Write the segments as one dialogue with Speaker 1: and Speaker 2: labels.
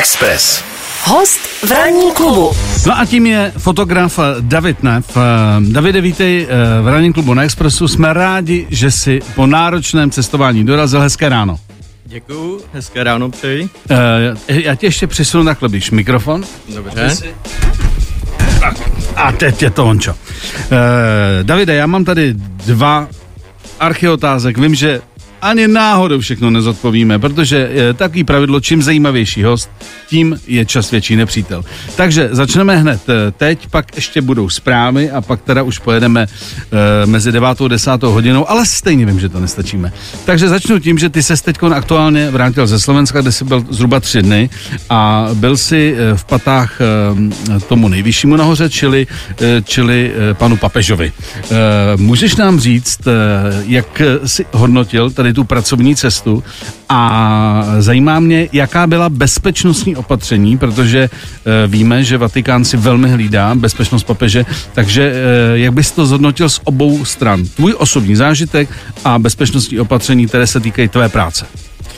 Speaker 1: Express.
Speaker 2: Host v ranním klubu.
Speaker 3: No a tím je fotograf David Neff. Davide, vítej v ranním klubu na Expressu. Jsme rádi, že si po náročném cestování dorazil. Hezké ráno.
Speaker 4: Děkuju, hezké ráno přeji.
Speaker 3: Já tě ještě přisunu takhle blíž mikrofon.
Speaker 4: Dobře.
Speaker 3: Tak, a teď je to ončo. Davide, já mám tady 2 archiotázek. Vím, že ani náhodou všechno nezodpovíme, protože je takový pravidlo, čím zajímavější host, tím je čas větší nepřítel. Takže začneme hned teď, pak ještě budou zprávy a pak teda už pojedeme mezi 9. a 10. hodinou, ale stejně vím, že to nestačíme. Takže začnu tím, že ty ses teď aktuálně vrátil ze Slovenska, kde jsi byl zhruba 3 dny a byl si v patách tomu nejvyššímu nahoře, čili panu papežovi. Můžeš nám říct, jak jsi hodnotil tady tu pracovní cestu a zajímá mě, jaká byla bezpečnostní opatření, protože víme, že Vatikán si velmi hlídá bezpečnost papeže, takže jak bys to zhodnotil z obou stran? Tvůj osobní zážitek a bezpečnostní opatření, které se týkají tvé práce.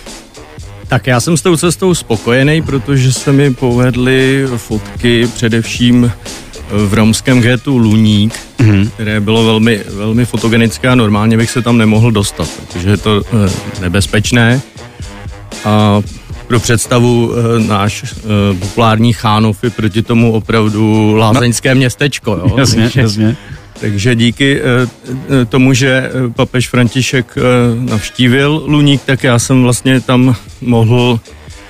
Speaker 4: Tak já jsem s tou cestou spokojený, protože se mi povedly fotky především v romském ghettu Luník, které bylo velmi, velmi fotogenické a normálně bych se tam nemohl dostat, protože je to nebezpečné. A pro představu náš populární Chánov je proti tomu opravdu lázeňské městečko. Jo?
Speaker 3: Jasně.
Speaker 4: Takže díky tomu, že papež František navštívil Luník, tak já jsem vlastně tam mohl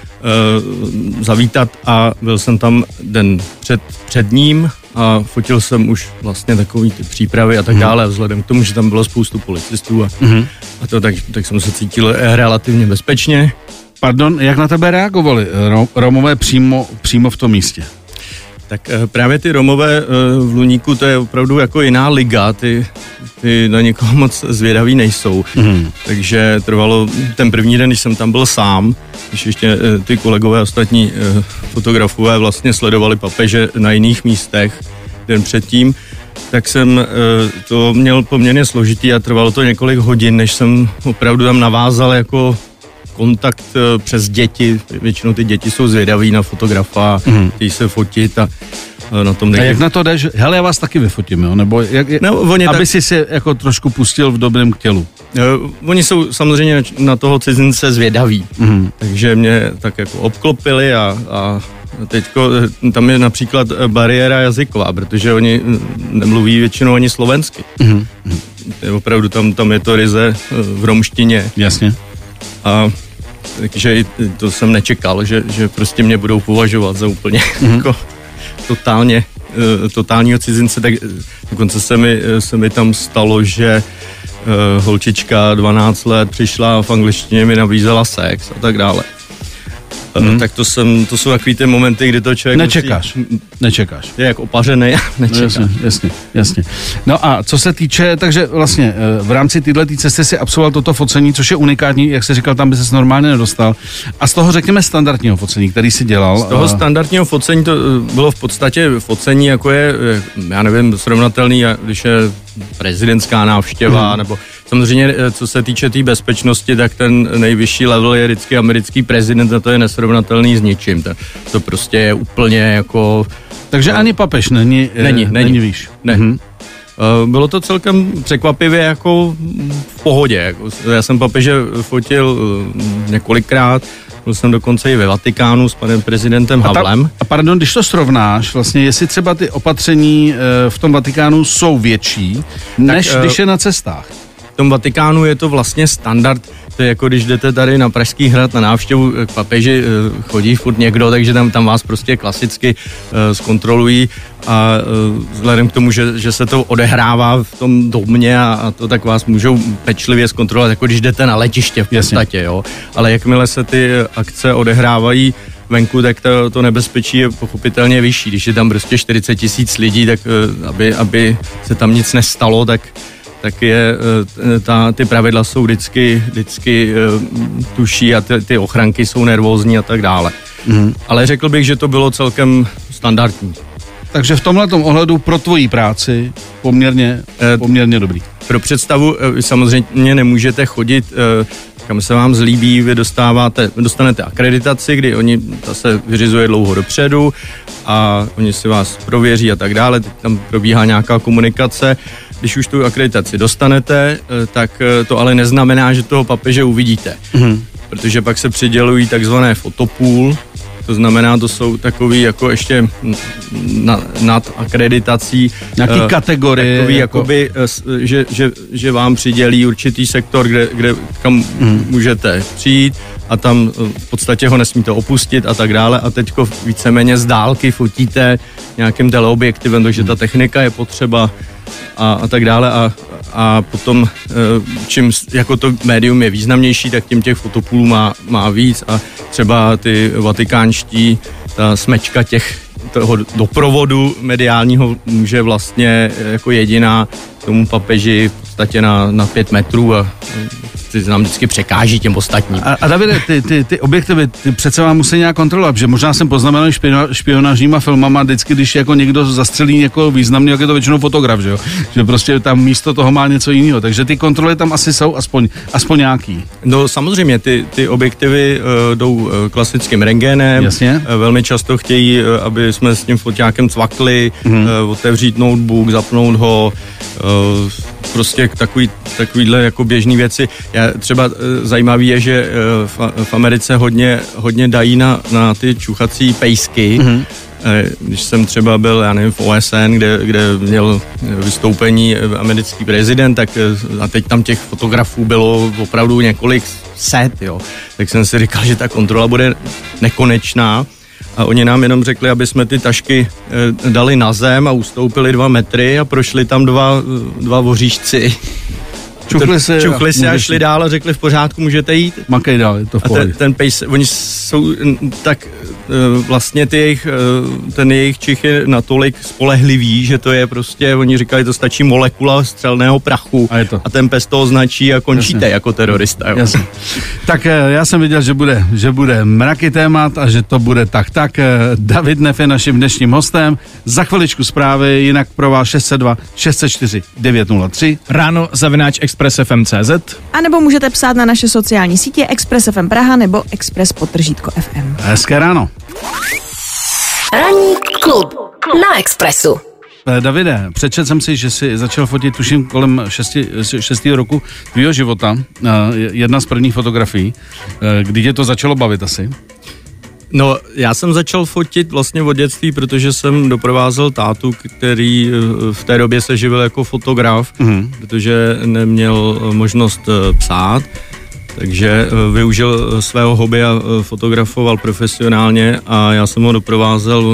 Speaker 4: zavítat a byl jsem tam den před ním a fotil jsem už vlastně takový ty přípravy a tak dále, vzhledem k tomu, že tam bylo spoustu policistů a to tak jsem se cítil relativně bezpečně.
Speaker 3: Pardon, jak na tebe reagovali Romové přímo v tom místě?
Speaker 4: Tak právě ty Romové v Luníku, to je opravdu jako jiná liga, ty na někoho moc zvědaví nejsou. Takže trvalo ten první den, když jsem tam byl sám, když ještě ty kolegové ostatní fotografové vlastně sledovali papeže na jiných místech den předtím, tak jsem to měl poměrně složitý a trvalo to několik hodin, než jsem opravdu tam navázal jako kontakt přes děti. Většinou ty děti jsou zvědaví na fotografa, chtějí se fotit a na tom
Speaker 3: A jak na to jdeš? Hele, já vás taky vyfotím, jo? Nebo aby si se jako trošku pustil v dobrém k tělu.
Speaker 4: Oni jsou samozřejmě na toho cizince zvědaví, takže mě tak jako obklopili a teďko tam je například bariéra jazyková, protože oni nemluví většinou ani slovensky. Opravdu tam je to ryze v romštině.
Speaker 3: Jasně.
Speaker 4: A takže to jsem nečekal, že prostě mě budou považovat za úplně jako totálního cizince, tak dokonce se mi tam stalo, že holčička 12 let přišla a v angličtině mi nabízela sex a tak dále. Tak to jsou takový ty momenty, kdy to člověk
Speaker 3: Nečekáš.
Speaker 4: Je jak opařený a nečeká.
Speaker 3: No, jasně. No a co se týče, takže vlastně v rámci této cesty si absolvoval toto focení, což je unikátní, jak jsi říkal, tam by ses normálně nedostal. A z toho řekněme standardního focení, který jsi dělal.
Speaker 4: Z toho standardního focení to bylo v podstatě focení, jako je, já nevím, srovnatelný, když je prezidentská návštěva, nebo samozřejmě, co se týče té bezpečnosti, tak ten nejvyšší level je vždycky americký prezident a to je nesrovnatelný s ničím. To prostě je úplně jako...
Speaker 3: Takže ani papež není výš.
Speaker 4: Ne. Bylo to celkem překvapivě jako v pohodě. Já jsem papeže fotil několikrát, byl jsem dokonce i ve Vatikánu s panem prezidentem Havlem.
Speaker 3: A pardon, když to srovnáš, vlastně jestli třeba ty opatření v tom Vatikánu jsou větší, než když je na cestách.
Speaker 4: V tom Vatikánu je to vlastně standard, to je jako když jdete tady na Pražský hrad na návštěvu k papeži, chodí furt někdo, takže tam vás prostě klasicky zkontrolují a vzhledem k tomu, že se to odehrává v tom domě a to, tak vás můžou pečlivě zkontrolovat, jako když jdete na letiště v podstatě, jo. Ale jakmile se ty akce odehrávají venku, tak to nebezpečí je pochopitelně vyšší. Když je tam prostě 40 000 lidí, tak aby se tam nic nestalo, tak ty pravidla jsou vždycky tuší a ty ochranky jsou nervózní a tak dále. Ale řekl bych, že to bylo celkem standardní.
Speaker 3: Takže v tomhletom ohledu pro tvoji práci poměrně dobrý.
Speaker 4: Pro představu samozřejmě nemůžete chodit kam se vám zlíbí, vy dostanete akreditaci, kdy oni se vyřizuje dlouho dopředu a oni si vás prověří a tak dále, teď tam probíhá nějaká komunikace. Když už tu akreditaci dostanete, tak to ale neznamená, že toho papeže uvidíte, protože pak se přidělují takzvané fotopůl. To znamená, to jsou takový jako ještě nad akreditací.
Speaker 3: Nějaký kategorie.
Speaker 4: Takový jakoby, že vám přidělí určitý sektor, kam můžete přijít a tam v podstatě ho nesmíte opustit a tak dále a teďko víceméně z dálky fotíte nějakým teleobjektivem, takže ta technika je potřeba a tak dále a potom čím jako to médium je významnější, tak tím těch fotopůlů má víc a třeba ty vatikánští, ta smečka toho doprovodu mediálního může vlastně jako jediná tomu papeži v podstatě na 5 metrů a ty nám vždycky překáží těm ostatním.
Speaker 3: A Davide, ty objektivy, ty přece vám musí nějak kontrolovat, že možná jsem poznamenal špionážníma filmama, vždycky, když jako někdo zastřelí někoho významný, jak je to většinou fotograf, že jo? Že prostě tam místo toho má něco jiného, takže ty kontroly tam asi jsou aspoň nějaký.
Speaker 4: No samozřejmě, ty objektivy jdou klasickým rentgenem.
Speaker 3: Jasně.
Speaker 4: Velmi často chtějí, aby jsme s tím foťákem cvakli, otevřít notebook, zapnout ho, prostě takovýhle jako běžný věci. Třeba zajímavý je, že v Americe hodně dají na ty čuchací pejsky. Když jsem třeba byl, já nevím, v OSN, kde měl vystoupení americký prezident, tak a teď tam těch fotografů bylo opravdu několik set, jo. Tak jsem si říkal, že ta kontrola bude nekonečná. A oni nám jenom řekli, aby jsme ty tašky dali na zem a ustoupili 2 metry a prošli tam dva voříšci. Čuchli se a šli dál a řekli v pořádku, můžete jít.
Speaker 3: Makej dál, je to v pohodě.
Speaker 4: Ten pejs, oni jsou tak vlastně ten jejich čich je natolik spolehlivý, že to je prostě, oni říkali, to stačí molekula střelného prachu a ten pes to označí a končíte. Jasně. Jako terorista. Jo.
Speaker 3: Jasně. Tak já jsem viděl, že bude mraky témat a že to bude tak. David Neff je naším dnešním hostem. Za chviličku zprávy, jinak pro vás 602 604 903.
Speaker 1: Ráno @expressfm.cz
Speaker 2: A nebo můžete psát na naše sociální sítě Express FM Praha nebo Express_FM.
Speaker 3: Hezké ráno.
Speaker 2: Ranní klub na Expressu.
Speaker 3: Davide, přečetl jsem si, že jsi začal fotit, tuším, kolem 6. roku tvýho života. Jedna z prvních fotografií. Kdy tě to začalo bavit asi?
Speaker 4: No, já jsem začal fotit vlastně od dětství, protože jsem doprovázel tátu, který v té době se živil jako fotograf, protože neměl možnost psát, takže využil svého hobby a fotografoval profesionálně a já jsem ho doprovázel,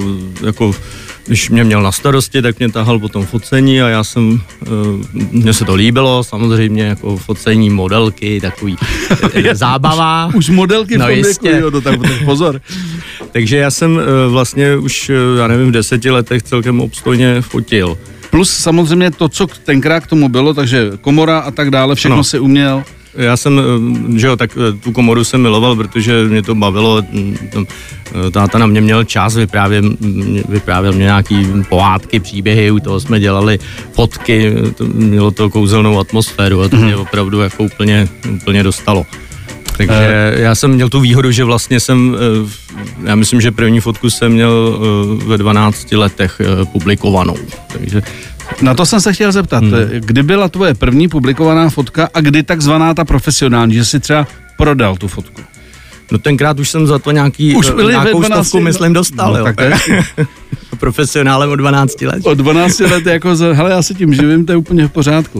Speaker 4: když mě měl na starosti, tak mě tahal po tom focení a mně se to líbilo, samozřejmě jako focení, modelky, takový zábava.
Speaker 3: Už modelky v tom věku, jo, tak pozor.
Speaker 4: Takže já jsem vlastně už, já nevím, v 10 letech celkem obstojně fotil.
Speaker 3: Plus samozřejmě to, co tenkrát k tomu bylo, takže komora a tak dále, všechno si uměl.
Speaker 4: Já jsem, že jo, tak tu komoru jsem miloval, protože mě to bavilo, táta na mě měl čas, vyprávěl mě nějaký pohádky, příběhy, u toho jsme dělali fotky, mělo to kouzelnou atmosféru a to mě opravdu jako úplně dostalo. Takže já jsem měl tu výhodu, že vlastně já myslím, že první fotku jsem měl ve 12 letech publikovanou, takže...
Speaker 3: Na to jsem se chtěl zeptat, kdy byla tvoje první publikovaná fotka a kdy takzvaná ta profesionální, že jsi třeba prodal tu fotku?
Speaker 4: No tenkrát už jsem za to nějakou stovku, myslím, dostal, no, jo. Tak profesionálem od 12 let.
Speaker 3: Od 12 let, jako, hele, já se tím živím, to je úplně v pořádku.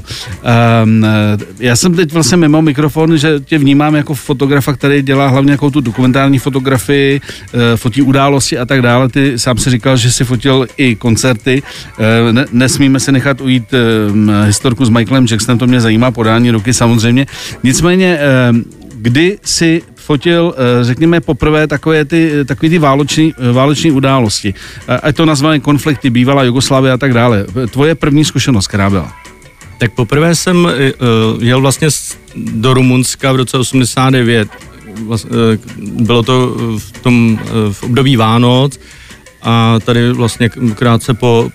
Speaker 3: Já jsem teď vlastně mimo mikrofon, že tě vnímám jako fotografa, který dělá hlavně jako tu dokumentární fotografii, fotí události a tak dále. Ty sám si říkal, že si fotil i koncerty. Nesmíme se nechat ujít historku s Michaelem Jacksonem, to mě zajímá, podání ruky samozřejmě. Nicméně, kdy si fotil, řekněme, poprvé takové ty váleční události. Ať to nazvané konflikty, bývalá Jugoslávie a tak dále. Tvoje první zkušenost, která byla?
Speaker 4: Tak poprvé jsem jel vlastně do Rumunska v roce 89. Bylo to v období Vánoc a tady vlastně krátce po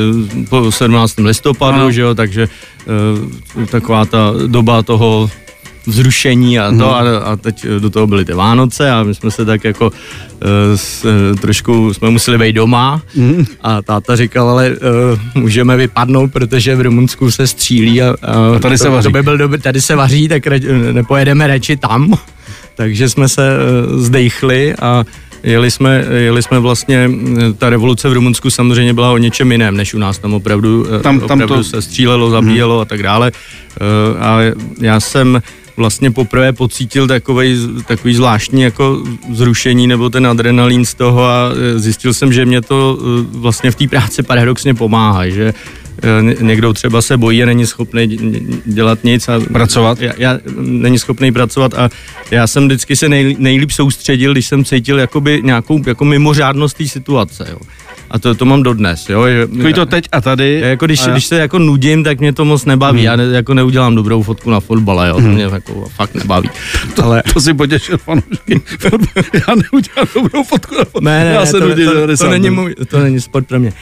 Speaker 4: 17. listopadu, že jo, takže taková ta doba toho vzrušení a to a teď do toho byly ty Vánoce a my jsme se tak jako trošku jsme museli být doma a táta říkal, ale můžeme vypadnout, protože v Rumunsku se střílí a
Speaker 3: tady se vaří.
Speaker 4: To by byl dobrý, tady se vaří, tak nepojedeme radši tam. Takže jsme se zdejchli a jeli jsme vlastně, ta revoluce v Rumunsku samozřejmě byla o něčem jiném, než u nás, tam opravdu to se střílelo, zabíjelo a tak dále. A já jsem vlastně poprvé pocítil takový zvláštní jako vzrušení nebo ten adrenalin z toho a zjistil jsem, že mě to vlastně v té práci paradoxně pomáhá, že někdo třeba se bojí a není schopný dělat nic a
Speaker 3: pracovat.
Speaker 4: Já není schopný pracovat a já jsem vždycky se nejlíp soustředil, když jsem cítil jakoby nějakou jako mimořádnost té situace, jo. A to mám dodnes, jo.
Speaker 3: Takový to teď a tady.
Speaker 4: Jako když se jako nudím, tak mě to moc nebaví. Já jako neudělám dobrou fotku na fotbale, jo. To mě jako fakt nebaví.
Speaker 3: Ale to si potěšil fanoušky. Já neudělám dobrou fotku na fotbale.
Speaker 4: Ne, já se nudím. To není sport pro mě.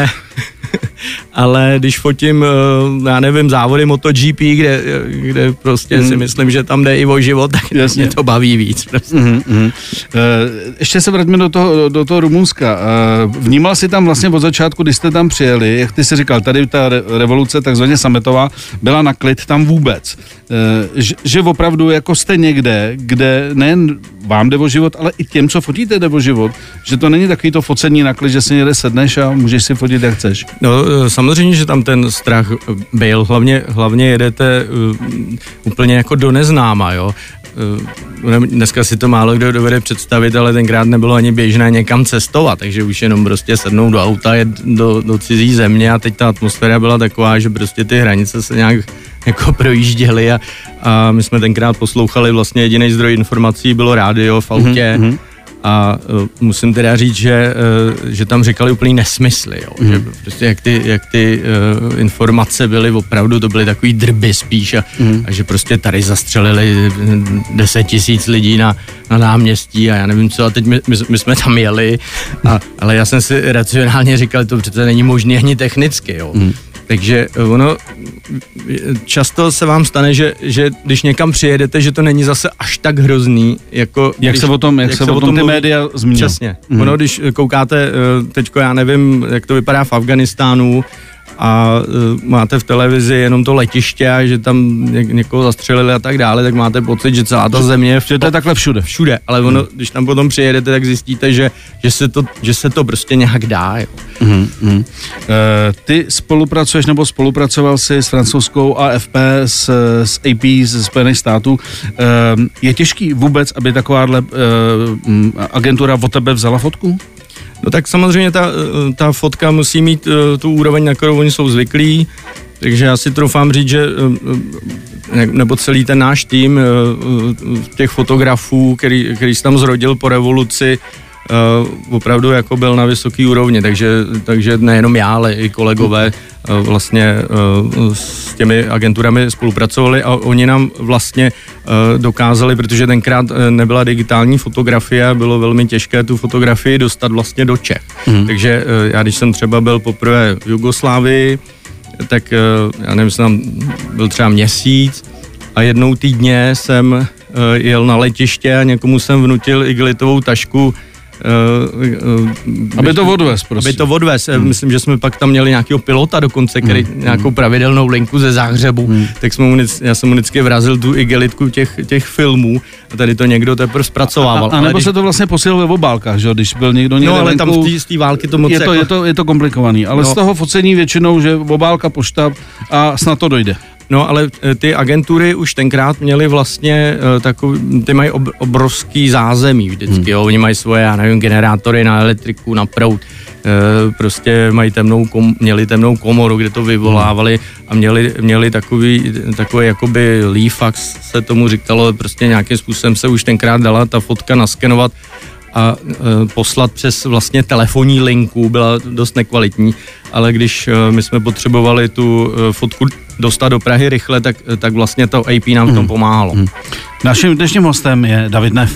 Speaker 4: Ale když fotím, já nevím, závody MotoGP, kde prostě si myslím, že tam jde i o život, tak mě to baví víc. Prostě.
Speaker 3: Ještě se vraťme do toho Rumunska. Vnímal jsi tam vlastně od začátku, když jste tam přijeli, jak ty jsi říkal, tady ta revoluce takzvaně sametová byla na klid tam vůbec. Že opravdu jako jste někde, kde nejen vám jde o život, ale i těm, co fotíte, jde o život. Že to není takový to focení na klid, že si někde sedneš a můžeš si fotit, jak chceš.
Speaker 4: No, samozřejmě, že tam ten strach byl. Hlavně jedete úplně jako do neznáma, jo. Dneska si to málo kdo dovede představit, ale tenkrát nebylo ani běžné někam cestovat, takže už jenom prostě sednout do auta, jet do cizí země a teď ta atmosféra byla taková, že prostě ty hranice se nějak jako projížděly a my jsme tenkrát poslouchali vlastně jediný zdroj informací bylo rádio v autě. A musím teda říct, že tam říkali úplný nesmysly, jo. Že prostě jak ty informace byly opravdu, to byly takový drby spíš a že prostě tady zastřelili 10 000 lidí na náměstí a já nevím co a teď my jsme tam jeli, ale já jsem si racionálně říkal, to přece není možné ani technicky, jo. Takže ono často se vám stane, že když někam přijedete, že to není zase až tak hrozný, jako
Speaker 3: jak se o tom ty média zmíní.
Speaker 4: Přesně. Ono, když koukáte teďko, já nevím, jak to vypadá v Afghánistánu a máte v televizi jenom to letiště a že tam někoho zastřelili a tak dále, tak máte pocit, že celá ta země
Speaker 3: že to je takhle všude.
Speaker 4: Všude, ale ono, když tam potom přijedete, tak zjistíte, že se to prostě nějak dá. Jo.
Speaker 3: Ty spolupracuješ nebo spolupracoval jsi s francouzskou AFP, s AP ze Spojených států. Je těžký vůbec, aby takováhle agentura o tebe vzala fotku?
Speaker 4: No tak samozřejmě ta fotka musí mít tu úroveň, na kterou oni jsou zvyklí, takže já si troufám říct, že nebo celý ten náš tým těch fotografů, který se tam zrodil po revoluci, opravdu jako byl na vysoký úrovni, takže nejenom já, ale i kolegové vlastně s těmi agenturami spolupracovali a oni nám vlastně dokázali, protože tenkrát nebyla digitální fotografie, bylo velmi těžké tu fotografii dostat vlastně do Čech. Takže já když jsem třeba byl poprvé v Jugoslávii, tak já nevím, jsem tam byl třeba měsíc a jednou týdně jsem jel na letiště a někomu jsem vnutil igelitovou tašku,
Speaker 3: aby to odvez prostě.
Speaker 4: Aby to odvez. Myslím, že jsme pak tam měli nějakého pilota dokonce, který nějakou pravidelnou linku ze Záhřebu, tak já jsem mu vždycky vrazil tu igelitku těch filmů a tady to někdo teprve zpracovával.
Speaker 3: A nebo se to vlastně posílalo ve obálkách, že když byl někdo někde
Speaker 4: ale
Speaker 3: venkou,
Speaker 4: tam z té války to moc
Speaker 3: je to komplikovaný, ale z toho focení většinou, že obálka, pošta a snad to dojde.
Speaker 4: No, ale ty agentury už tenkrát měly vlastně ty mají obrovský zázemí vždycky, jo. Oni mají svoje, já nevím, generátory na elektriku, na proud, prostě měli temnou komoru, kde to vyvolávali a měli takový jakoby lífax se tomu říkalo, prostě nějakým způsobem se už tenkrát dala ta fotka naskenovat a poslat přes vlastně telefonní linku, byla dost nekvalitní, ale když my jsme potřebovali tu fotku dostat do Prahy rychle, tak vlastně to AP nám v tom pomáhalo.
Speaker 3: Naším dnešním hostem je David Neff.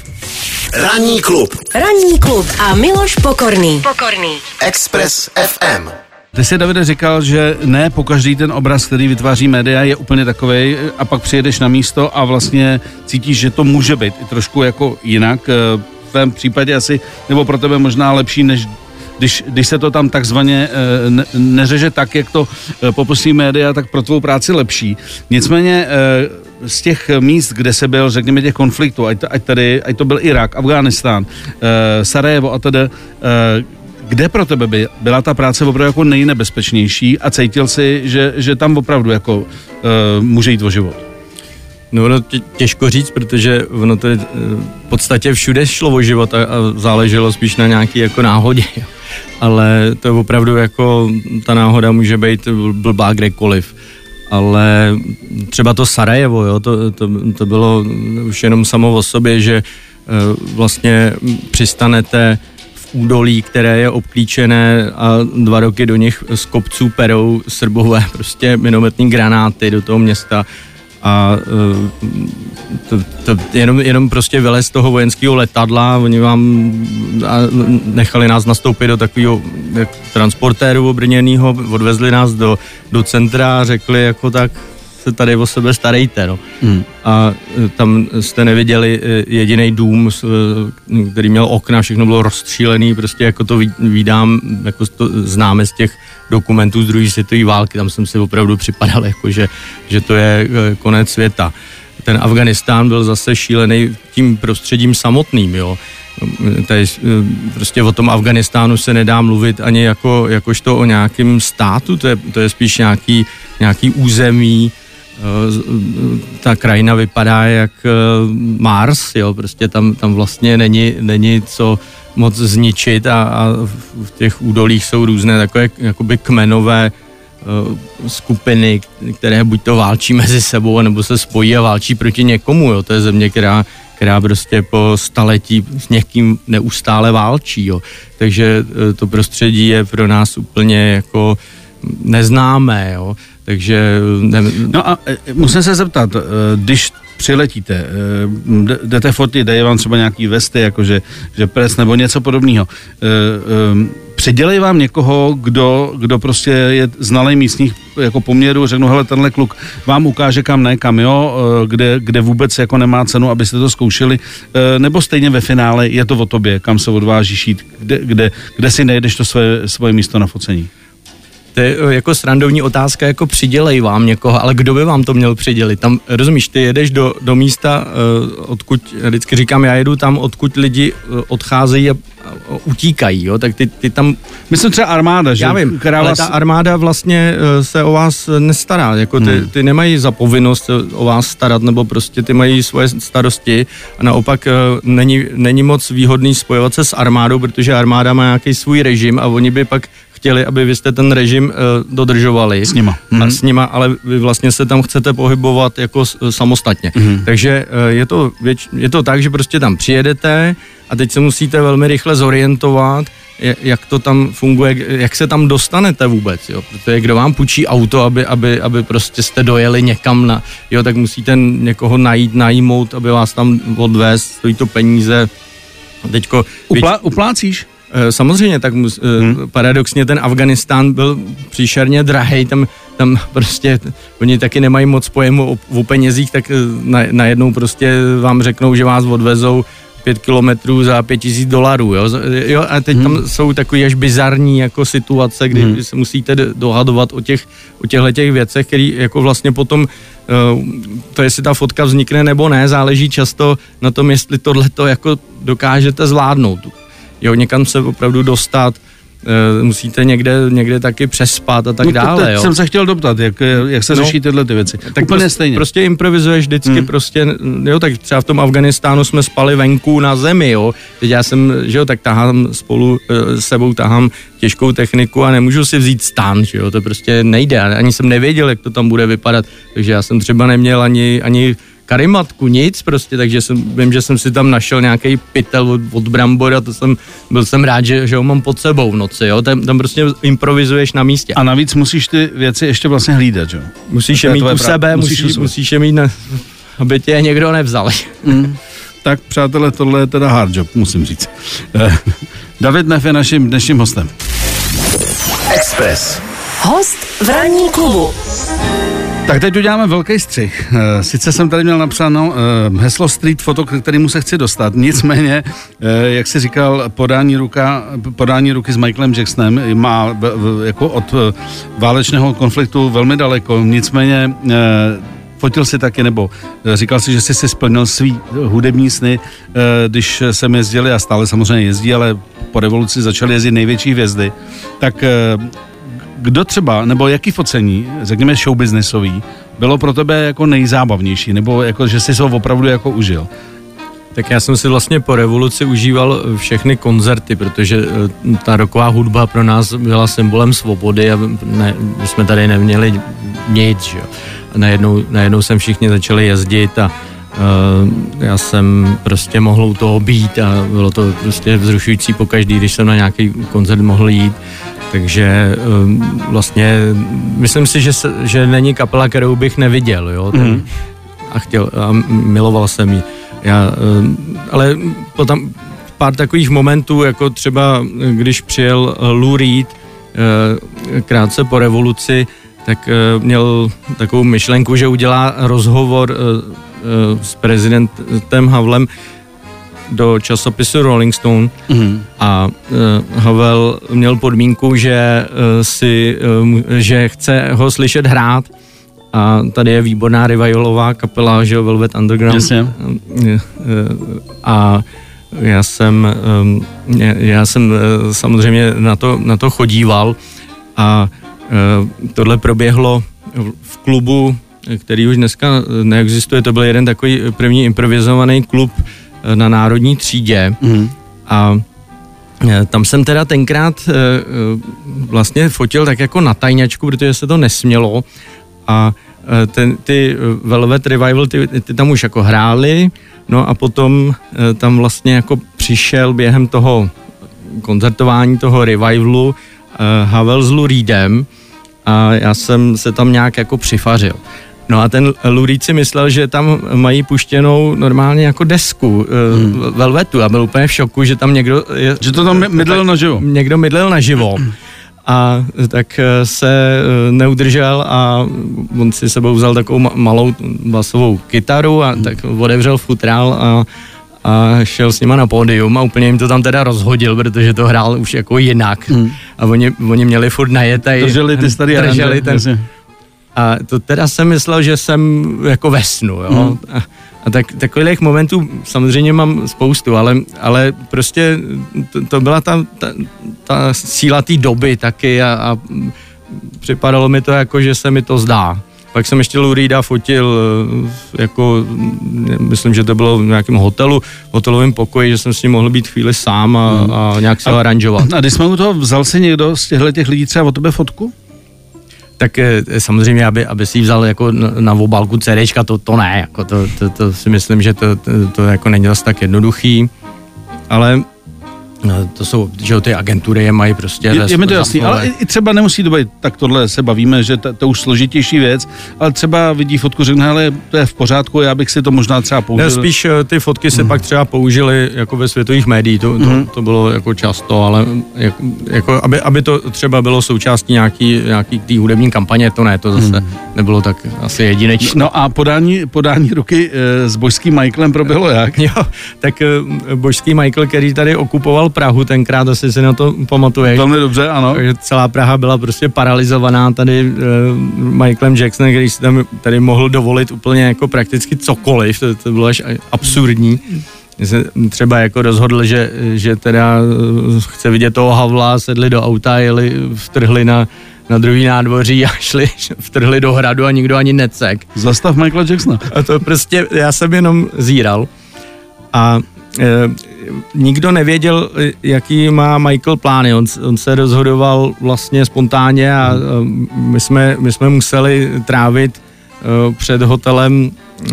Speaker 5: Ranní klub a Miloš Pokorný. Express FM.
Speaker 3: Ty jsi, Davide, říkal, že ne pokaždý ten obraz, který vytváří média, je úplně takovej a pak přijedeš na místo a vlastně cítíš, že to může být i trošku jako jinak. V tvém případě asi, nebo pro tebe možná lepší, než když se to tam takzvaně neřeže tak, jak to popustí média, tak pro tvou práci lepší. Nicméně z těch míst, kde se byl, řekněme, těch konfliktů, ať to byl Irák, Afghánistán, Sarajevo a tedy, kde pro tebe byla ta práce opravdu jako nejnebezpečnější a cítil si, že tam opravdu jako může jít o život?
Speaker 4: No, těžko říct, protože ono to v podstatě všude šlo o život a záleželo spíš na nějaký jako náhodě. Ale to je opravdu jako, ta náhoda může být blbá kdekoliv. Ale třeba to Sarajevo, jo, to bylo už jenom samo o sobě, že vlastně přistanete v údolí, které je obklíčené a 2 roky do nich z kopců perou Srbové prostě minometní granáty do toho města. A jenom prostě vylez z toho vojenského letadla, oni vám nechali nás nastoupit do takového transportéru obrněného, odvezli nás do centra a řekli jako tak se tady o sebe starejte, no. A tam jste neviděli jediný dům, který měl okna, všechno bylo rozstřílený, prostě jako to vídám, jako to známe z těch dokumentů z druhé světové války, tam jsem si opravdu připadal, jako že to je konec světa. Ten Afghánistán byl zase šílený tím prostředím samotným, jo. Tady prostě o tom Afghánistánu se nedá mluvit ani jakožto o nějakém státu, to je spíš nějaký území. Ta krajina vypadá jak Mars, jo, prostě tam vlastně není co moc zničit a v těch údolích jsou různé takové jakoby kmenové skupiny, které buď to válčí mezi sebou, nebo se spojí a válčí proti někomu, jo, to je země, která prostě po staletí s někým neustále válčí, jo, takže to prostředí je pro nás úplně jako neznámé, jo. Takže...
Speaker 3: No a musím se zeptat, když přiletíte, jdete fotit, dají vám třeba nějaký vesty, jakože pres nebo něco podobného. Předělej vám někoho, kdo prostě je znalý místních jako poměrů, řeknu, hele, tenhle kluk vám ukáže kam ne, kam jo, kde vůbec jako nemá cenu, abyste to zkoušeli, nebo stejně ve finále je to o tobě, kam se odvážíš jít, kde si nejdeš to svoje místo na focení.
Speaker 4: To je jako srandovní otázka, jako přidělej vám někoho, ale kdo by vám to měl přidělit? Tam, rozumíš, ty jedeš do místa, odkud, vždycky říkám, já jedu tam, odkud lidi odcházejí a utíkají, jo, tak ty tam...
Speaker 3: Myslím třeba armáda, že?
Speaker 4: Já vím, ale ta armáda vlastně se o vás nestará, jako ty nemají za povinnost o vás starat, nebo prostě ty mají svoje starosti a naopak není moc výhodný spojovat se s armádou, protože armáda má nějaký svůj režim a oni by pak chtěli, aby vy jste ten režim dodržovali. S nima, ale vy vlastně se tam chcete pohybovat jako samostatně. Takže je to tak, že prostě tam přijedete a teď se musíte velmi rychle zorientovat, jak to tam funguje, jak se tam dostanete vůbec, jo, protože kdo vám půjčí auto, aby prostě jste dojeli někam jo, tak musíte někoho najmout, aby vás tam odvést, stojí to peníze. Teďko...
Speaker 3: Uplácíš?
Speaker 4: Samozřejmě, tak paradoxně ten Afghánistán byl příšerně drahej, tam prostě oni taky nemají moc pojemu o penězích, tak najednou prostě vám řeknou, že vás odvezou 5 kilometrů za $5,000, jo, a teď tam jsou takový až bizarní jako situace, kdy se musíte dohadovat o těchto věcech, který jako vlastně potom to, jestli ta fotka vznikne nebo ne, záleží často na tom, jestli tohleto jako dokážete zvládnout. Jo, někam se opravdu dostat, musíte někde taky přespat a tak dále. Jo.
Speaker 3: Jsem se chtěl doptat, jak se řeší tyhle ty věci.
Speaker 4: Tak úplně stejně. Prostě improvizuješ vždycky prostě, jo, tak třeba v tom Afghánistánu jsme spali venku na zemi, jo. Teď já jsem, že jo, tak tahám spolu s sebou těžkou techniku a nemůžu si vzít stan, že jo, to prostě nejde. Ani jsem nevěděl, jak to tam bude vypadat, takže já jsem třeba neměl ani karimatku, nic prostě, takže vím, že jsem si tam našel nějaký pytel od brambor a byl jsem rád, že ho mám pod sebou v noci, jo, tam prostě improvizuješ na místě.
Speaker 3: A navíc musíš ty věci ještě vlastně hlídat, jo?
Speaker 4: Musíš je mít u sebe, musíš je mít, aby tě někdo nevzal.
Speaker 3: Tak přátelé, tohle je teda hard job, musím říct. David Neff je naším dnešním hostem.
Speaker 5: Express.
Speaker 6: Host v ranním klubu.
Speaker 3: Tak teď uděláme velký střih. Sice jsem tady měl napsáno heslo street photo, k kterému se chci dostat. Nicméně, jak jsi říkal, podání ruky s Michaelem Jacksonem má jako od válečného konfliktu velmi daleko. Nicméně fotil si taky, nebo říkal si, že jsi si splnil svý hudební sny, když jsem jezdili a stále samozřejmě jezdí, ale po revoluci začaly jezdit největší hvězdy. Tak kdo třeba, nebo jaký focení, řekněme showbiznesový, bylo pro tebe jako nejzábavnější, nebo jako, že jsi ho opravdu jako užil?
Speaker 4: Tak já jsem si vlastně po revoluci užíval všechny koncerty, protože ta rocková hudba pro nás byla symbolem svobody a my jsme tady neměli nic, že jo. A najednou jsem všichni začali jezdit a já jsem prostě mohl u toho být a bylo to prostě vzrušující pokaždý, když jsem na nějaký koncert mohl jít. Takže vlastně myslím si, že není kapela, kterou bych neviděl, jo. A miloval jsem ji. Ale potom pár takových momentů, jako třeba když přijel Lou Reed krátce po revoluci, tak měl takovou myšlenku, že udělá rozhovor s prezidentem Havlem do časopisu Rolling Stone a Havel měl podmínku, že chce ho slyšet hrát a tady je výborná revivalová kapela, že Velvet Underground.
Speaker 3: Jasně.
Speaker 4: A já jsem samozřejmě na to chodíval a tohle proběhlo v klubu, který už dneska neexistuje, to byl jeden takový první improvizovaný klub na Národní třídě a tam jsem teda tenkrát vlastně fotil tak jako na tajňačku, protože se to nesmělo a ty Velvet Revival, ty tam už jako hráli, no a potom tam vlastně jako přišel během toho koncertování toho revivalu Havel s Lou Reedem a já jsem se tam nějak jako přifařil. No a ten Lou Reed si myslel, že tam mají puštěnou normálně jako desku Velvetu a byl úplně v šoku, že tam někdo...
Speaker 3: Že to tam mydlel naživo.
Speaker 4: Někdo mydlel naživo. A tak se neudržel a on si sebou vzal takovou malou basovou kytaru a tak otevřel futrál a šel s nima na pódium a úplně jim to tam teda rozhodil, protože to hrál už jako jinak. A oni měli furt najetej.
Speaker 3: Drželi ty starý aranže.
Speaker 4: A to teda jsem myslel, že jsem jako ve snu, jo. A takových momentů samozřejmě mám spoustu, ale prostě to byla ta síla té doby taky a připadalo mi to jako, že se mi to zdá. Pak jsem ještě Lou Reeda fotil jako, myslím, že to bylo v nějakém hotelovém pokoji, že jsem s ním mohl být chvíli sám a nějak se ho aranžovat.
Speaker 3: A když jsme u toho, vzal si někdo z těchto lidí třeba o tebe fotku?
Speaker 4: Tak samozřejmě, aby si ji vzal jako na obálku CDčka, to ne, jako to si myslím, že to jako není zase tak jednoduchý, ale to jsou, že ty agentury je mají prostě...
Speaker 3: Je mi to jasný, ale i třeba nemusí to být, tak tohle se bavíme, že to už složitější věc, ale třeba vidí fotku, řekne, hele, to je v pořádku, já bych si to možná třeba použil.
Speaker 4: Spíš ty fotky se pak třeba použily jako ve světových médiích, to bylo jako často, ale jako aby to třeba bylo součástí nějaký tý hudební kampaně, to ne, to zase nebylo tak asi jedinečné.
Speaker 3: No a podání ruky s božským Michaelem proběhlo jak?
Speaker 4: Jo, tak božský Michael, který tady okupoval Prahu tenkrát, asi si na to pamatuješ.
Speaker 3: Velmi dobře, ano.
Speaker 4: Takže celá Praha byla prostě paralizovaná tady Michaelem Jacksonem, který si tam tady mohl dovolit úplně jako prakticky cokoliv, to bylo až absurdní. Se třeba jako rozhodl, že teda chce vidět toho Havla, sedli do auta, vtrhli na druhý nádvoří a vtrhli do hradu a nikdo ani necek.
Speaker 3: Zastav Michaela Jacksona.
Speaker 4: A to prostě, já jsem jenom zíral a nikdo nevěděl, jaký má Michael plány. On se rozhodoval vlastně spontánně a my jsme museli trávit před hotelem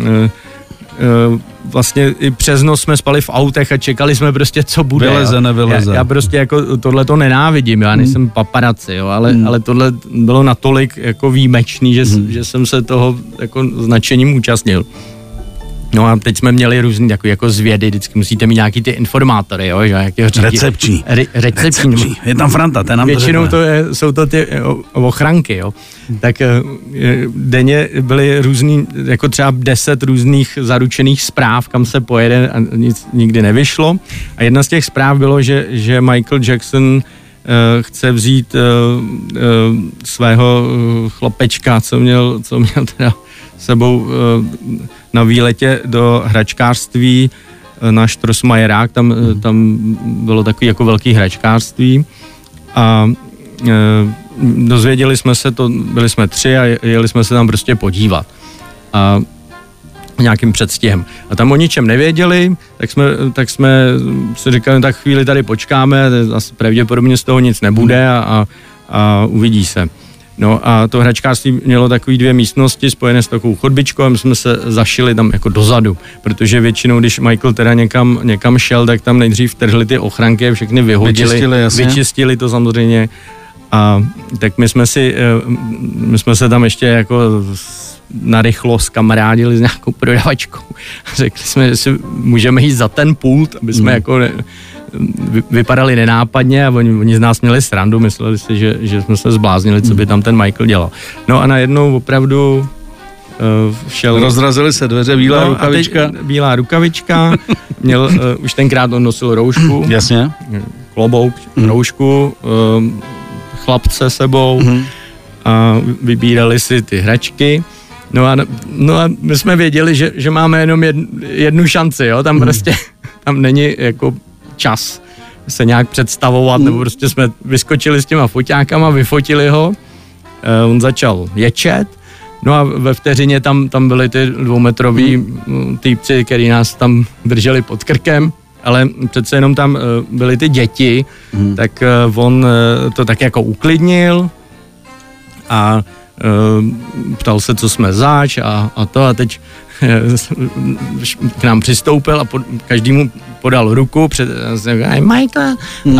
Speaker 4: vlastně i přes noc jsme spali v autech a čekali jsme prostě, co bude.
Speaker 3: Vyleze.
Speaker 4: Já prostě jako tohle to nenávidím, já nejsem paparazzi, jo, ale tohle bylo natolik jako výjimečný, že jsem se toho jako značením účastnil. No a teď jsme měli různý takový jako zvědy, vždycky musíte mít nějaký ty informátory, jo, že jak
Speaker 3: Recepční.
Speaker 4: Recepční.
Speaker 3: Je tam Franta, ten nám
Speaker 4: většinou jsou to ty ochranky, jo. Tak denně byly různý, jako třeba 10 různých zaručených zpráv, kam se pojede a nic nikdy nevyšlo. A jedna z těch zpráv bylo, že Michael Jackson chce vzít svého chlapečka, co měl teda sebou na výletě do hračkářství na Strossmayerák, tam bylo takový jako velký hračkářství a dozvěděli jsme se to, byli jsme 3 a jeli jsme se tam prostě podívat a nějakým předstihem. A tam o ničem nevěděli, tak jsme si říkali, tak chvíli tady počkáme, asi pravděpodobně z toho nic nebude a uvidí se. No a to hračkářství mělo takový 2 místnosti spojené s takovou chodbičkou a my jsme se zašili tam jako dozadu, protože většinou, když Michael teda někam šel, tak tam nejdřív trhli ty ochranky a všechny vyhodili, vyčistili to samozřejmě a tak my jsme se tam ještě jako narychlo skamarádili s nějakou prodavačkou a řekli jsme, že si můžeme jít za ten pult, aby jsme jako vypadali nenápadně a oni z nás měli srandu, mysleli si, že jsme se zbláznili, co by tam ten Michael dělal. No a najednou opravdu šel...
Speaker 3: Rozrazily se dveře, bílá rukavička.
Speaker 4: Bílá rukavička, měl, už tenkrát on nosil roušku.
Speaker 3: Jasně.
Speaker 4: Klobouk, roušku, chlapce sebou a vybírali si ty hračky. No a my jsme věděli, že máme jenom jednu šanci, jo, tam prostě, tam není jako čas se nějak představovat, nebo prostě jsme vyskočili s těma foťákama, vyfotili ho, on začal ječet, no a ve vteřině tam byly ty 2metrový týpci, který nás tam drželi pod krkem, ale přece jenom tam byly ty děti, tak on to tak jako uklidnil a ptal se, co jsme zač a teď k nám přistoupil a každému podal ruku Michael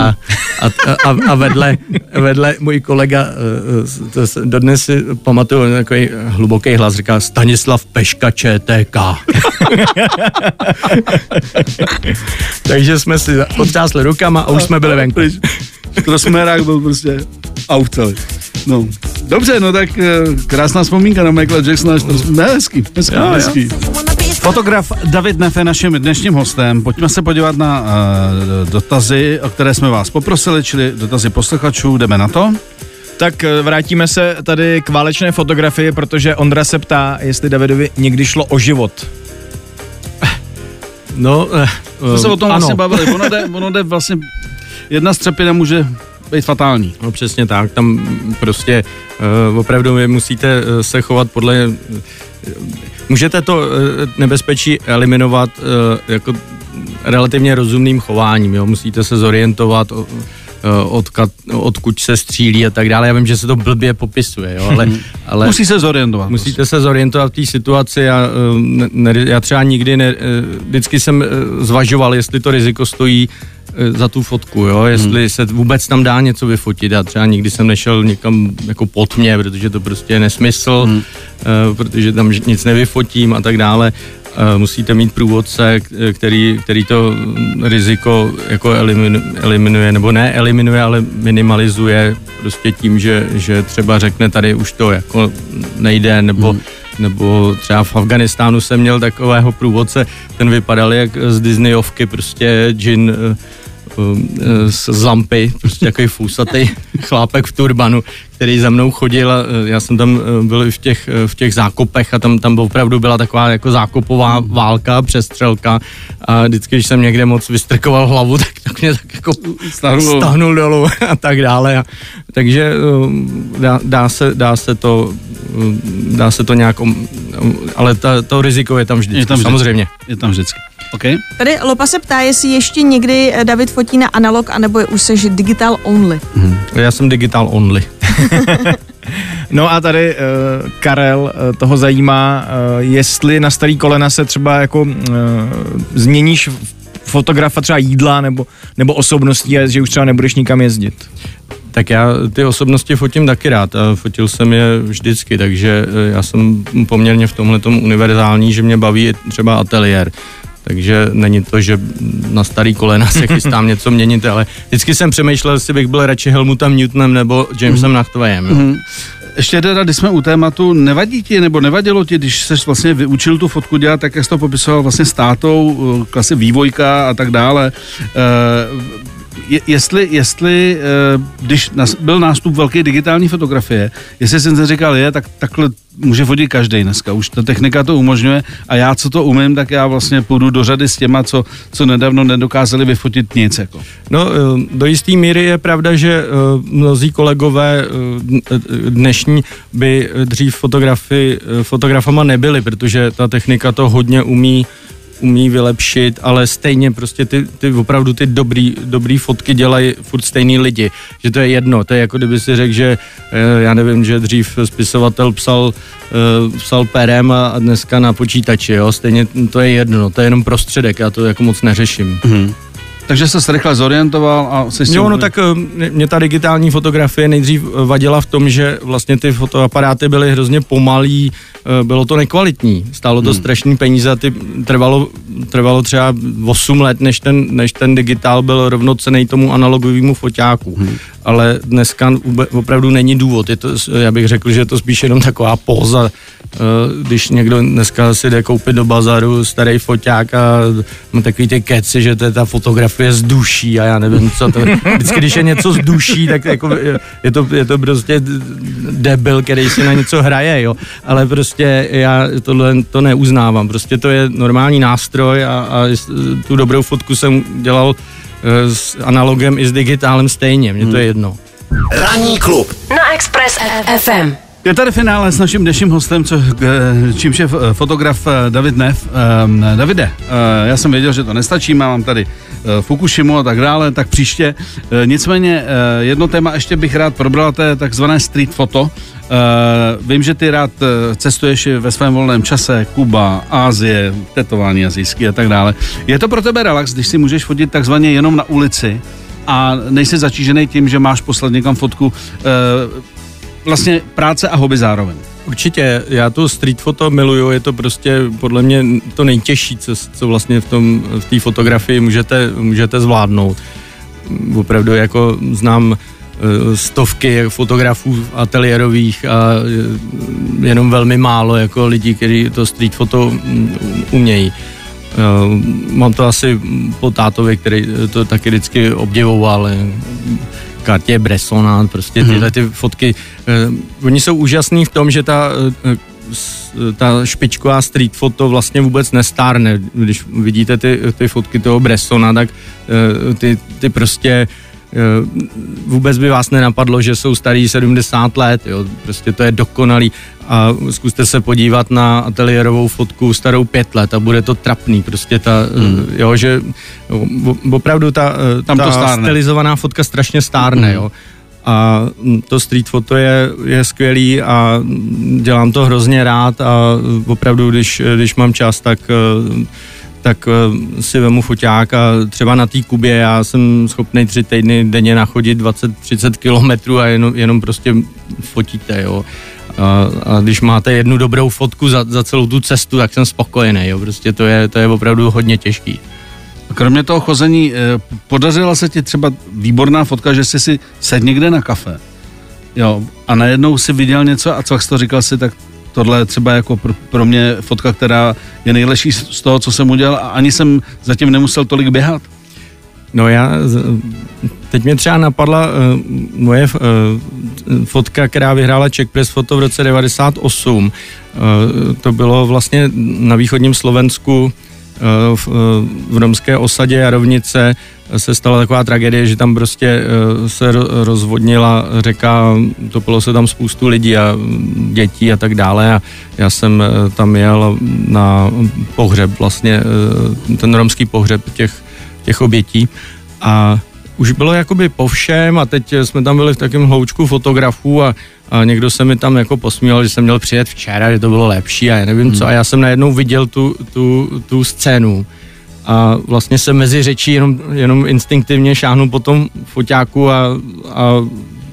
Speaker 4: a vedle můj kolega dodnes si pamatuju takový hluboký hlas, říká Stanislav Peška ČTK. Takže jsme si potřásli rukama a už jsme byli venku.
Speaker 3: Strossmayerák byl prostě out celý. No, dobře, no tak krásná vzpomínka na Michaela Jacksona. Hezký. Fotograf David Neff je naším dnešním hostem. Pojďme se podívat na dotazy, o které jsme vás poprosili, čili dotazy posluchačů. Jdeme na to.
Speaker 1: Tak vrátíme se tady k válečné fotografii, protože Ondra se ptá, jestli Davidovi někdy šlo o život.
Speaker 3: No, to se o tom vlastně bavili. Ono jde vlastně, jedna střepina může být fatální.
Speaker 4: No přesně tak, tam prostě opravdu vy musíte se chovat podle... Můžete to nebezpečí eliminovat jako relativně rozumným chováním, jo? Musíte se zorientovat, odkud se střílí a tak dále. Já vím, že se to blbě popisuje, jo? Ale
Speaker 3: musí se zorientovat.
Speaker 4: Musíte se zorientovat v té situaci a já třeba nikdy vždycky jsem zvažoval, jestli to riziko stojí za tu fotku, jo, jestli se vůbec tam dá něco vyfotit. Já třeba nikdy jsem nešel někam jako pod mě, protože to prostě je nesmysl, protože tam nic nevyfotím a tak dále. Musíte mít průvodce, který to riziko jako eliminuje, nebo ne eliminuje, ale minimalizuje prostě tím, že třeba řekne, tady už to jako nejde, nebo třeba v Afganistánu jsem měl takového průvodce, ten vypadal jak z Disneyovky, prostě džin z lampy, prostě takový fůsatý chlápek v turbanu, který za mnou chodil a já jsem tam byl v těch zákopech a tam opravdu byla taková jako zákopová válka, přestřelka a vždycky, když jsem někde moc vystrkoval hlavu, tak mě tak jako stáhnul dolů a tak dále. Takže dá se to nějak, ale to riziko je tam vždycky, samozřejmě.
Speaker 3: Je tam vždycky. Okay.
Speaker 2: Tady Lopa se ptá, jestli ještě někdy David fotí na analog, anebo je už seš digital only.
Speaker 4: Já jsem digital only.
Speaker 1: No a tady Karel toho zajímá, jestli na starý kolena se třeba jako změníš fotografa třeba jídla nebo osobností a že už třeba nebudeš nikam jezdit.
Speaker 4: Tak já ty osobnosti fotím taky rád a fotil jsem je vždycky, takže já jsem poměrně v tomhletom univerzální, že mě baví třeba ateliér. Takže není to, že na starý kolena se chystám něco měnit, ale vždycky jsem přemýšlel, jestli bych byl radši Helmutem Newtonem nebo Jamesem Nachtweyem.
Speaker 3: Ještě teda, když jsme u tématu, nevadí ti nebo nevadilo ti, když jsi vlastně vyučil tu fotku dělat, tak jak jsi to popisoval vlastně s tátou, klasy vývojka a tak dále. Jestli když byl nástup velké digitální fotografie, jestli jsem si říkal, tak takhle může fotit každý dneska, už ta technika to umožňuje a já, co to umím, tak já vlastně půjdu do řady s těma, co nedávno nedokázali vyfotit nic. Jako.
Speaker 4: No, do jisté míry je pravda, že mnozí kolegové dnešní by dřív fotografama nebyli, protože ta technika to hodně umí vylepšit, ale stejně prostě ty opravdu ty dobrý fotky dělají furt stejný lidi, že to je jedno, to je jako kdyby si řekl, že já nevím, že dřív spisovatel psal perem a dneska na počítači, jo, stejně to je jedno, to je jenom prostředek, já to jako moc neřeším.
Speaker 3: Takže jsi se rychle zorientoval a
Speaker 4: Jo, no tak mě ta digitální fotografie nejdřív vadila v tom, že vlastně ty fotoaparáty byly hrozně pomalý, bylo to nekvalitní, stálo to strašný peníze a trvalo třeba 8 let, než ten digitál byl rovnocenný tomu analogovému foťáku. Ale dneska opravdu není důvod, já bych řekl, že je to spíš jenom taková póza, když někdo dneska si jde koupit do bazaru starý foťák a má takový ty keci, že to je ta fotografie z duší a já nevím, co to vždycky, když je něco z duší, tak jako je to prostě debil, který si na něco hraje, jo, ale prostě já tohle to neuznávám, prostě to je normální nástroj a tu dobrou fotku jsem dělal s analogem i s digitálem stejně, mně to je jedno.
Speaker 6: Ranní klub na Express FM.
Speaker 3: Je tady finále s naším dnešním hostem, čímž je fotograf David Neff. Davide, já jsem věděl, že to nestačí, mám tady Fukushimu a tak dále, tak příště. Nicméně jedno téma ještě bych rád probral, to je takzvané street foto. Vím, že ty rád cestuješ ve svém volném čase, Kuba, Asie, tetování asijský a tak dále. Je to pro tebe relax, když si můžeš fotit takzvaně jenom na ulici a nejsi zatížený tím, že máš poslat někam fotku, vlastně práce a hobby zároveň?
Speaker 4: Určitě, já to street foto miluju, je to prostě podle mě to nejtěžší, co vlastně v té fotografii můžete zvládnout. Opravdu jako znám stovky fotografů ateliérových a jenom velmi málo jako lidí, kteří to street foto umějí. Mám to asi po tátovi, který to taky vždycky obdivoval, Cartier-Bresson, prostě tyhle ty fotky, oni jsou úžasný v tom, že ta špičková street foto vlastně vůbec nestárne. Když vidíte ty fotky toho Bressona, tak ty prostě vůbec by vás nenapadlo, že jsou starý 70 let, jo. Prostě to je dokonalý a zkuste se podívat na ateliérovou fotku starou 5 let a bude to trapný, prostě jo, že opravdu ta stylizovaná fotka strašně stárne, jo. A to street foto je skvělý a dělám to hrozně rád a opravdu, když mám čas, tak si vemu foťák a třeba na té Kubě já jsem schopný 3 týdny denně nachodit 20-30 kilometrů a jenom prostě fotíte, jo. A když máte jednu dobrou fotku za celou tu cestu, tak jsem spokojený, jo. Prostě to je opravdu hodně těžký.
Speaker 3: Kromě toho chození, podařila se ti třeba výborná fotka, že jsi si sedl někde na kafe, jo, a najednou si viděl něco a co jsi to říkal si, tak tohle je třeba jako pro mě fotka, která je nejlepší z toho, co jsem udělal a ani jsem zatím nemusel tolik běhat.
Speaker 4: No teď mě třeba napadla moje fotka, která vyhrála Czech Press Photo v roce 98. To bylo vlastně na východním Slovensku v romské osadě Jarovnice se stala taková tragédie, že tam prostě se rozvodnila řeka, topilo se tam spoustu lidí a dětí a tak dále a já jsem tam jel na pohřeb, vlastně ten romský pohřeb těch obětí a už bylo jakoby po všem a teď jsme tam byli v takém hloučku fotografů a někdo se mi tam jako posmíval, že jsem měl přijet včera, že to bylo lepší a já nevím co a já jsem najednou viděl tu scénu a vlastně se mezi řečí jenom instinktivně šáhnu po tom foťáku a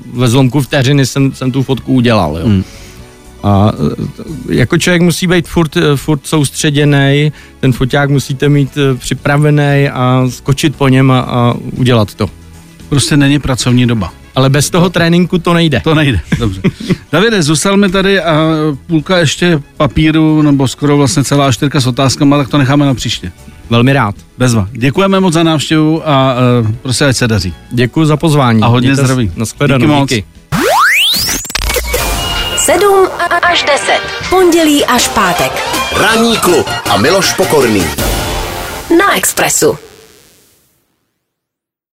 Speaker 4: ve zlomku vteřiny jsem tu fotku udělal, jo. A jako člověk musí být furt soustředěnej, ten foťák musíte mít připravený a skočit po něm a udělat to.
Speaker 3: Prostě není pracovní doba.
Speaker 4: Ale bez toho tréninku to nejde.
Speaker 3: To nejde, dobře. Davide, zůstal mi tady a půlka ještě papíru, nebo skoro vlastně celá A4 s otázkama, tak to necháme na příště.
Speaker 4: Velmi rád.
Speaker 3: Bezva. Děkujeme moc za návštěvu a prostě ať se daří.
Speaker 4: Děkuji za pozvání.
Speaker 3: A hodně zdraví.
Speaker 4: Nashledanou.
Speaker 3: Díky.
Speaker 6: 7 až 10. Pondělí až pátek.
Speaker 5: Ranní klub a Miloš Pokorný.
Speaker 6: Na Expressu.